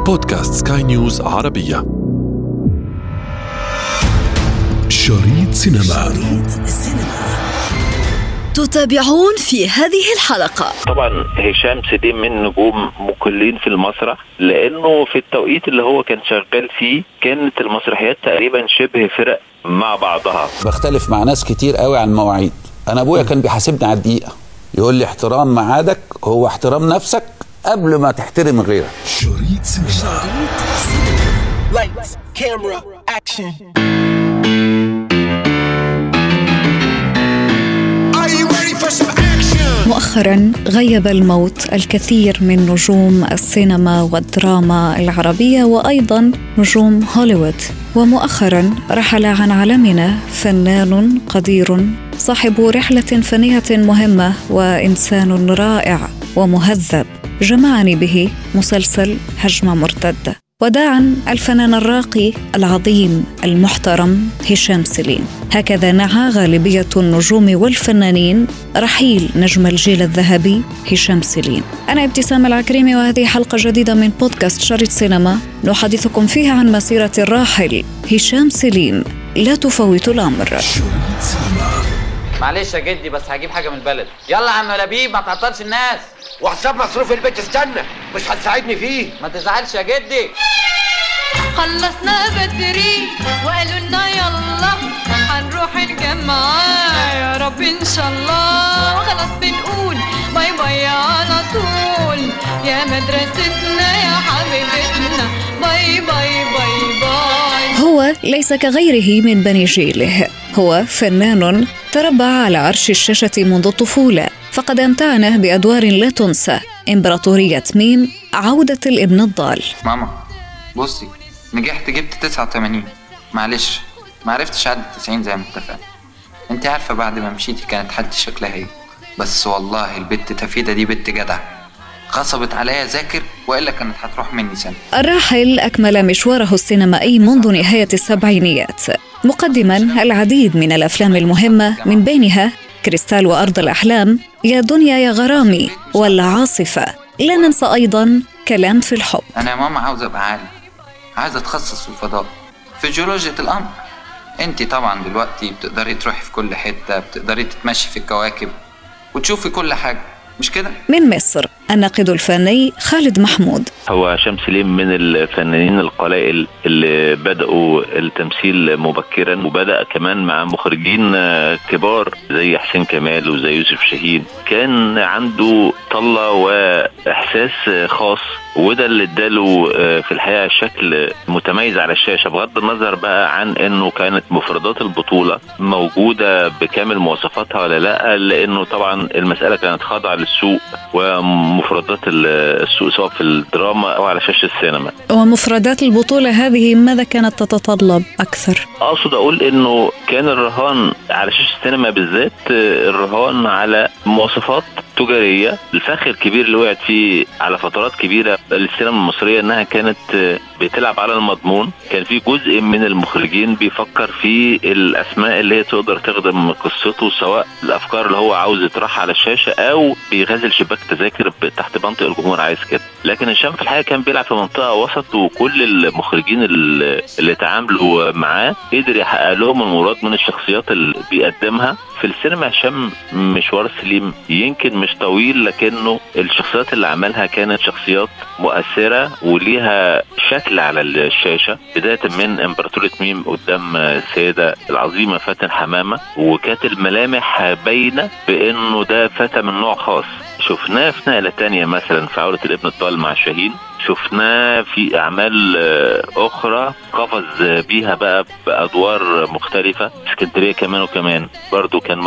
بودكاست سكاي نيوز عربية. شريط سينما. تتابعون في هذه الحلقة. طبعا هشام سليم من نجوم مقلين في المسرح، لأنه في التوقيت اللي هو كان شغال فيه كانت المسرحيات تقريبا شبه فرق مع بعضها. بختلف مع ناس كتير قوي عن المواعيد. أنا أبويا كان بيحاسبني على الدقيقة، يقول لي احترام ميعادك هو احترام نفسك قبل ما تحترم غيرك. شريط سينما. Lights, camera, action. Are you ready for some action? مؤخراً غيب الموت الكثير من نجوم السينما والدراما العربية وأيضاً نجوم هوليوود. ومؤخراً رحل عن عالمنا فنان قدير صاحب رحلة فنية مهمة وإنسان رائع ومهذب، جمعني به مسلسل هجمة مرتدة. وداعاً الفنان الراقي العظيم المحترم هشام سليم. هكذا نعى غالبية النجوم والفنانين رحيل نجم الجيل الذهبي هشام سليم. أنا ابتسام العكريمي، وهذه حلقة جديدة من بودكاست شريط سينما نحدثكم فيها عن مسيرة الراحل هشام سليم. لا تفوتوا الأمر. معلش يا جدي، بس هجيب حاجة من البلد. يلا يا عم لبيب، ما تعطلش الناس. وحساب مصروف البيت استنى، مش هتساعدني فيه. ما تزعلش يا جدي. خلصنا بدري وقالوا لنا يلا هنروح الجامعة يا رب ان شاء الله. خلاص بنقول باي باي على طول يا مدرستنا يا حبيبتنا، باي باي باي باي. هو ليس كغيره من بني جيله، هو فنان تربع على عرش الشاشة منذ الطفولة، فقد امتعنا بأدوار لا تنسى: إمبراطورية ميم، عودة الابن الضال. ماما بصي، نجحت جبت 89. معلش ما عرفتش عدد 90 زي ما اتفقنا. انت عارفة بعد ما مشيتي كانت حالتي شكلها ايه، بس والله البت تفيدة دي بنت جدع، غصبت عليا ذاكر وإلا كانت هتروح مني سنة. الراحل أكمل مشواره السينمائي منذ نهاية السبعينيات، مقدما العديد من الأفلام المهمة، من بينها كريستال وأرض الأحلام، يا دنيا يا غرامي، والعاصفة. لا ننسى أيضا كلام في الحب. أنا يا ماما عاوز أبقى عالم، عايز أتخصص في الفضاء، في جيولوجيا الأمر. أنت طبعا دلوقتي بتقدري تروحي في كل حتة، بتقدري تتمشي في الكواكب وتشوفي كل حاجة، مش كده؟ من مصر الناقد الفني خالد محمود. هو هشام سليم من الفنانين القلائل اللي بدأوا التمثيل مبكرا، وبدأ كمان مع مخرجين كبار زي حسين كمال وزي يوسف شاهين. كان عنده طلة وإحساس خاص، وده اللي اداله في الحقيقة شكل متميز على الشاشة، بغض النظر بقى عن انه كانت مفردات البطولة موجودة بكامل مواصفاتها ولا لا، لانه طبعا المسألة كانت خاضعة للسوق ومفردات السوق سواء في الدراما او على شاشة السينما. ومفردات البطولة هذه ماذا كانت تتطلب اكثر؟ اقصد اقول انه كان الرهان على شاشة السينما بالذات الرهان على مواصفات تجارية. الفخ الكبير اللي وقعت فيه على فترات كبيرة السينما المصرية انها كانت بتلعب على المضمون. كان في جزء من المخرجين بيفكر في الاسماء اللي هي تقدر تخدم قصته، سواء الافكار اللي هو عاوز يطرحها على الشاشة او بيغزل شباك تذاكر تحت منطق الجمهور عايز كده. لكن هشام في الحقيقة كان بيلعب في منطقة وسط، وكل المخرجين اللي تعاملوا معاه قدر يحقق لهم المراد من الشخصيات اللي بيقدمها. في السينما هشام مشوار سليم يمكن مش طويل، لكنه الشخصيات اللي عملها كانت شخصيات مؤثرة وليها شكل على الشاشة، بداية من إمبراطورية ميم قدام السيدة العظيمة فاتن حمامة، وكانت الملامح باينة بأنه ده فتى من نوع خاص. شفناه في نقلة تانية مثلا في عودة الابن الضال مع شاهين، شفناه في أعمال أخرى قفز بيها بقى بأدوار مختلفة. اسكندرية كمان وكمان برضو كان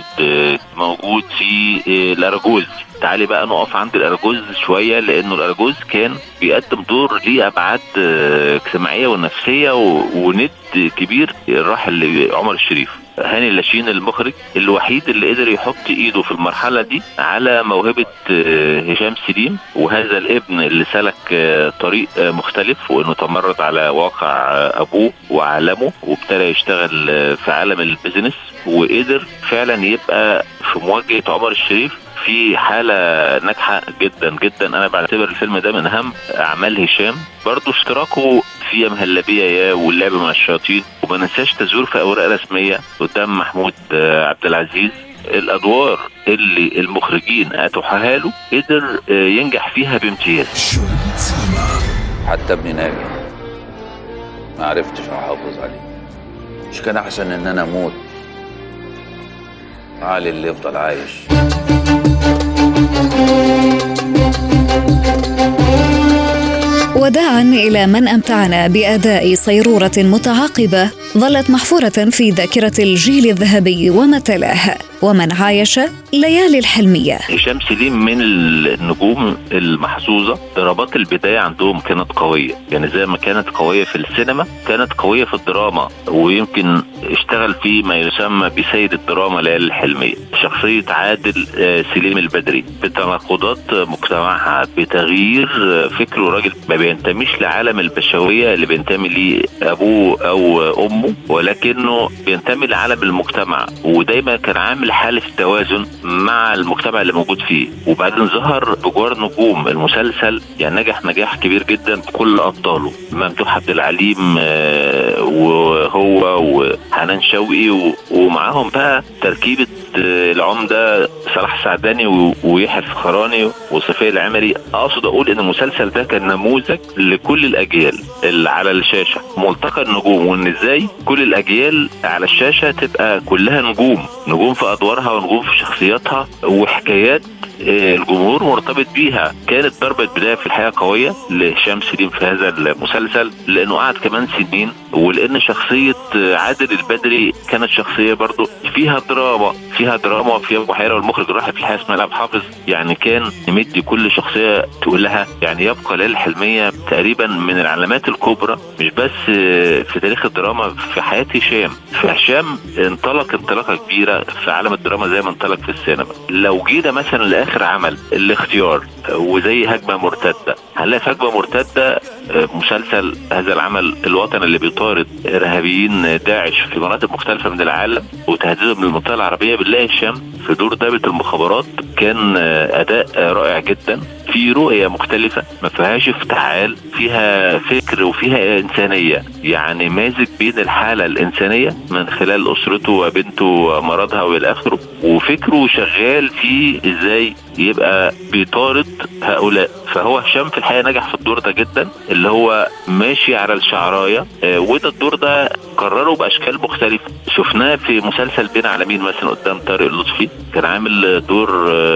موجود في الأرجوز. تعالي بقى نقف عند الأرجوز شوية، لأنه الأرجوز كان بيقدم دور ليه أبعاد اجتماعية ونفسية وند كبير. الراحل عمر الشريف، هاني اللاشين المخرج الوحيد اللي قدر يحط ايده في المرحلة دي على موهبة هشام سليم، وهذا الابن اللي سلك طريق مختلف، وانه تمرد على واقع ابوه وعالمه وابتدى يشتغل في عالم البيزنس، وقدر فعلا يبقى في مواجهة عمر الشريف في حالة ناجحة جدا جدا. أنا بعتبر الفيلم ده من أهم أعمال هشام. برضو اشتراكه في يا مهلبية يا واللعب مع الشياطين، وما ننساش تزور في أوراق رسمية قدام محمود عبد العزيز. الأدوار اللي المخرجين أتوحها له قدر ينجح فيها بامتياز. حتى ابن ناجي ما عرفتش أحافظ عليه. مش كان أحسن إن أنا أموت علي اللي يفضل عايش؟ وداعا إلى من أمتعنا بأداء صيرورة متعاقبة ظلت محفورة في ذاكرة الجيل الذهبي وما تلاه ومن عايش ليالي الحلمية. هشام سليم من النجوم المحظوظة. ضربات البداية عندهم كانت قوية، يعني زي ما كانت قوية في السينما كانت قوية في الدراما، ويمكن اشتغل في ما يسمى بسيد الدراما ليالي الحلمية. شخصية عادل سليم البدري بتناقضات مجتمعها، بتغيير فكره، راجل ما بينتميش لعالم البشوية اللي بينتمي ليه أبوه أو أمه، ولكنه بينتمي لعالم المجتمع، ودايما كان عامل حالة توازن مع المجتمع اللي موجود فيه. وبعدين ظهر بجوار نجوم المسلسل، يعني نجح نجاح كبير جدا بكل أبطاله. ممدوح عبد العليم وهو وحنان شوقي، ومعاهم بقى تركيبة العمدة صلاح سعداني ويحيى الفخراني وصفية العمري. أقصد أقول إن المسلسل ده كان نموذج لكل الأجيال اللي على الشاشة، ملتقى النجوم، وإن إزاي كل الأجيال على الشاشة تبقى كلها نجوم في أدوارها ونجوم في شخصياتها وحكايات الجمهور مرتبط بيها. كانت ضربة بداية في الحياة قوية لهشام سليم في هذا المسلسل، لأنه قعد كمان سنين، ولأن شخصية عادل البدري كانت شخصية برضو فيها دراما وفيها بحيرة. والمخرج راح في الحياة اسمها حافظ، يعني كان يمدي كل شخصية تقول لها يعني يبقى ليالي الحلمية تقريبا من العلامات الكبرى مش بس في تاريخ الدراما، في حياة هشام. فهشام انطلقة كبيرة في عالم الدراما زي ما انطلق في السينما. لو جينا مثلا لآخر عمل الاختيار وزي هجمة مرتدة، هنلاقي في هجمة مرتدة مسلسل هذا العمل الوطني اللي بيطارد إرهابيين داعش في مناطق مختلفة من العالم وتهديدهم للمنطقة العربية، بنلاقي هشام في دور ضابط المخابرات. كان أداء رائع جدا، في رؤية مختلفة ما فيهاش افتعال، فيها فكر وفيها إنسانية، يعني مازج بين الحالة الإنسانية من خلال أسرته وبنته ومرضها وإلى آخره، وفكره شغال في إزاي يبقى بيطارد هؤلاء. فهو هشام في الحقيقة نجح في الدور ده جدا، اللي هو ماشي على الشعراية. وده الدور ده قرره بأشكال مختلفة. شفناه في مسلسل بين عالمين مثلا قدام طارق اللطفي، كان عامل دور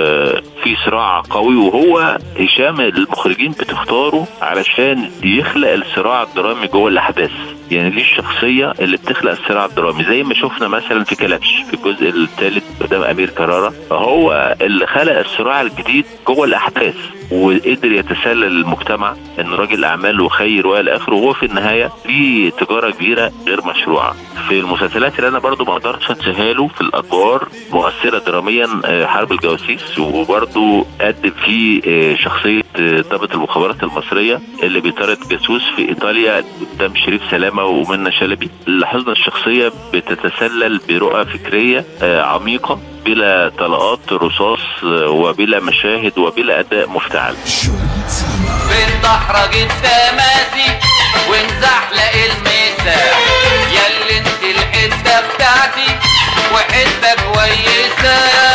في صراع قوي، وهو هشام المخرجين بتختاره علشان يخلق الصراع الدرامي جوه الأحداث. يعني ليه الشخصية اللي بتخلق الصراع الدرامي، زي ما شفنا مثلا في كلبش في الجزء الثالث قدام أمير كرارة، فهو اللي خلق الصراع الجديد جوه الأحداث، وقدر يتسلل المجتمع ان راجل اعمال وخير والى اخره، وهو في النهايه في تجاره كبيره غير مشروعه. في المسلسلات اللي انا برضو ما اقدرش انساها له في الادوار مؤثره دراميا حرب الجواسيس، وبرضو قدم فيه شخصيه ضابط المخابرات المصريه اللي بيطارد جاسوس في ايطاليا قدام شريف سلامه ومنى شلبي. لاحظنا الشخصيه بتتسلل برؤى فكريه عميقه بلا طلقات رصاص وبلا مشاهد وبلا أداء مفتعل. بنتحرج التماسي ونزحلق المساح، ياللي انت الحتة بتاعتي وحتة كويسة.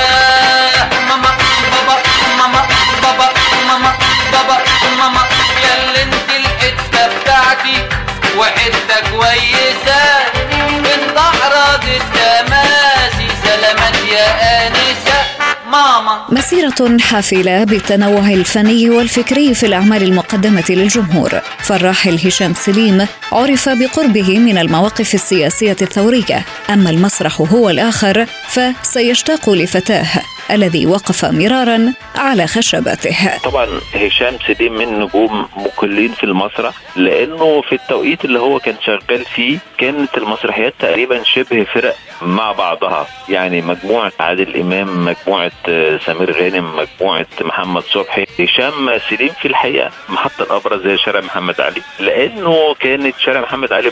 ماما بابا ماما بابا ماما بابا ماما، ياللي انت الحتة بتاعتي وحتة كويسة. بنتحرج التماسي سلامات يا آنسة ماما. مسيرة حافلة بالتنوع الفني والفكري في الأعمال المقدمة للجمهور. فالراحل هشام سليم عرف بقربه من المواقف السياسية الثورية، أما المسرح هو الآخر فسيشتاق لفتاه الذي وقف مرارا على خشبته. طبعا هشام سليم من نجوم مقلين في المسرح، لأنه في التوقيت اللي هو كان شغال فيه كانت المسرحيات تقريبا شبه فرق مع بعضها، يعني مجموعة عادل إمام، مجموعة سمير غانم، مجموعة محمد صبحي. هشام سليم في الحقيقة محط الأبرز زي شارع محمد علي، لأنه كانت شارع محمد علي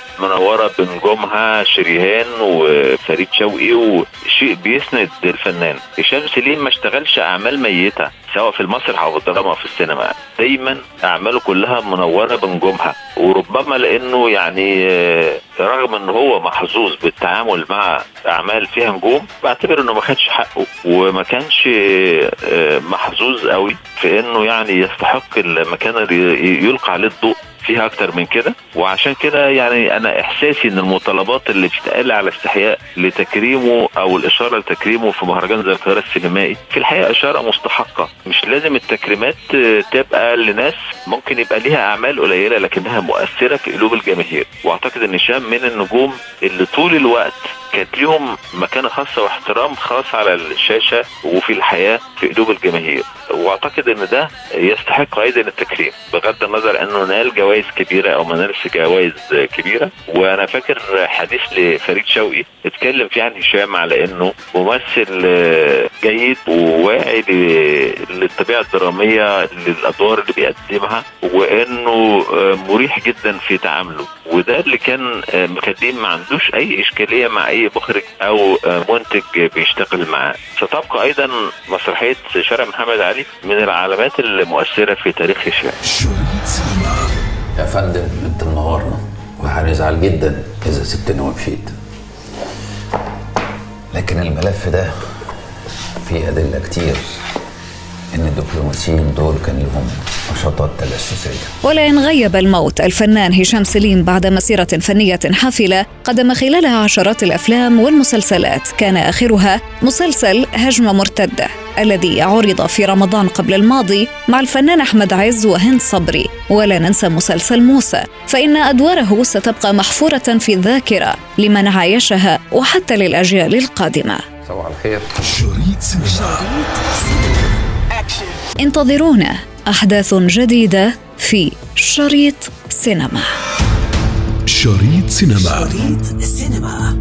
منورة بنجومها شريهان وفريد شوقي، وشيء بيسند الفنان. هشام سليم ما اشتغلش اعمال ميته سواء في المسرح او في الدراما او في السينما، دايما اعماله كلها منوره بنجومها. وربما لانه يعني رغم ان هو محظوظ بالتعامل مع اعمال فيها نجوم، بعتبر انه ما خدش حقه وما كانش محظوظ قوي في انه يعني يستحق المكان اللي يلقى عليه الضوء فيها اكتر من كده. وعشان كده يعني انا احساسي ان المطالبات اللي بتتقال على استحياء لتكريمه او الاشاره لتكريمه في مهرجان زي القاهره السينمائي في الحقيقه اشاره مستحقه. مش لازم التكريمات تبقى لناس ممكن يبقى ليها اعمال قليله لكنها مؤثره في قلوب الجماهير، واعتقد ان هشام من النجوم اللي طول الوقت كانت ليهم مكانه خاصه واحترام خاص على الشاشه وفي الحياه في قلوب الجماهير، واعتقد ان ده يستحق ايضا التكريم بغض النظر انه نال جوائز كبيره او ما نالش جوائز كبيره. وانا فاكر حديث لفريد شوقي اتكلم فيه عن هشام على انه ممثل جيد وواعي للطبيعه الدراميه للادوار اللي بيقدمها، وانه مريح جدا في تعامله، وده اللي كان مخليه ما عندوش اي اشكاليه مع اي مخرج او منتج بيشتغل معاه. ستبقى ايضا مسرحيه شارع محمد علي من العلامات المؤثره في تاريخ هشام. يا فندم انت منورنا، وهنزعل جدا اذا سبتنا ومشيت، لكن الملف ده فيه ادله كتير ان الدبلوماسيين دول كان لهم نشاطات تجسسيه. ولئن غيب الموت الفنان هشام سليم بعد مسيرة فنية حافلة قدم خلالها عشرات الأفلام والمسلسلات، كان آخرها مسلسل هجمة مرتدة الذي عرض في رمضان قبل الماضي مع الفنان أحمد عز وهند صبري. ولا ننسى مسلسل موسى، فإن أدواره ستبقى محفورة في الذاكرة لمن عايشها وحتى للأجيال القادمة. صباح الخير. شريط سينما. انتظرونا أحداث جديدة في شريط سينما. شريط سينما. شريط سينما.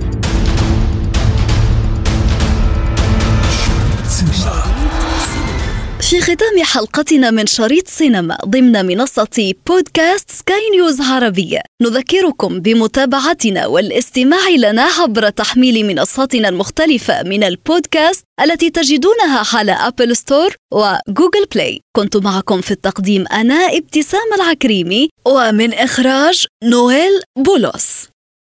في ختام حلقتنا من شريط سينما ضمن منصة بودكاست سكاي نيوز عربية، نذكركم بمتابعتنا والاستماع لنا عبر تحميل منصاتنا المختلفة من البودكاست التي تجدونها على أبل ستور وجوجل بلاي. كنت معكم في التقديم أنا ابتسام العكريمي، ومن إخراج نويل بولوس.